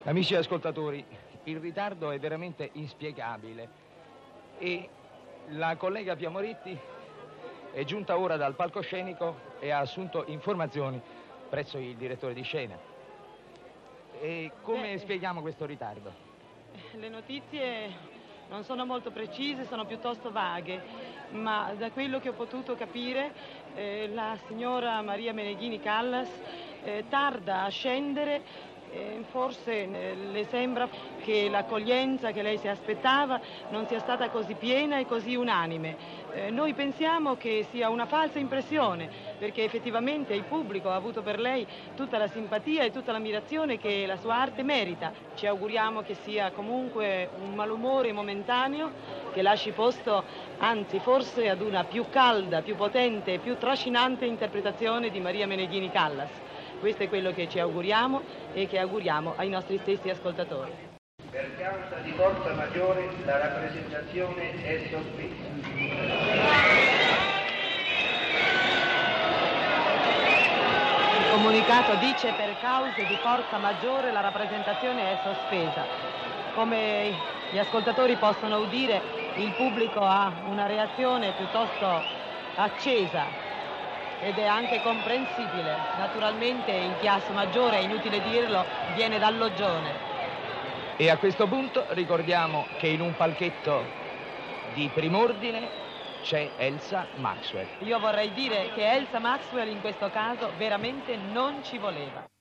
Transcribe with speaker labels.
Speaker 1: Amici ascoltatori, il ritardo è veramente inspiegabile e la collega Piamoretti è giunta ora dal palcoscenico e ha assunto informazioni presso il direttore di scena. E come spieghiamo questo ritardo?
Speaker 2: Le notizie non sono molto precise, sono piuttosto vaghe, ma da quello che ho potuto capire la signora Maria Meneghini Callas tarda a scendere. Forse le sembra che l'accoglienza che lei si aspettava non sia stata così piena e così unanime. Noi pensiamo che sia una falsa impressione, perché effettivamente il pubblico ha avuto per lei tutta la simpatia e tutta l'ammirazione che la sua arte merita. Ci auguriamo che sia comunque un malumore momentaneo che lasci posto, anzi forse, ad una più calda, più potente, più trascinante interpretazione di Maria Meneghini Callas. Questo è quello che ci auguriamo e che auguriamo ai nostri stessi ascoltatori.
Speaker 3: Per causa di forza maggiore la rappresentazione è sospesa.
Speaker 2: Il comunicato dice: per cause di forza maggiore la rappresentazione è sospesa. Come gli ascoltatori possono udire, il pubblico ha una reazione piuttosto accesa. Ed è anche comprensibile. Naturalmente il chiasso maggiore, è inutile dirlo, viene dal Loggione.
Speaker 1: E a questo punto ricordiamo che in un palchetto di prim'ordine c'è Elsa Maxwell.
Speaker 2: Io vorrei dire che Elsa Maxwell in questo caso veramente non ci voleva.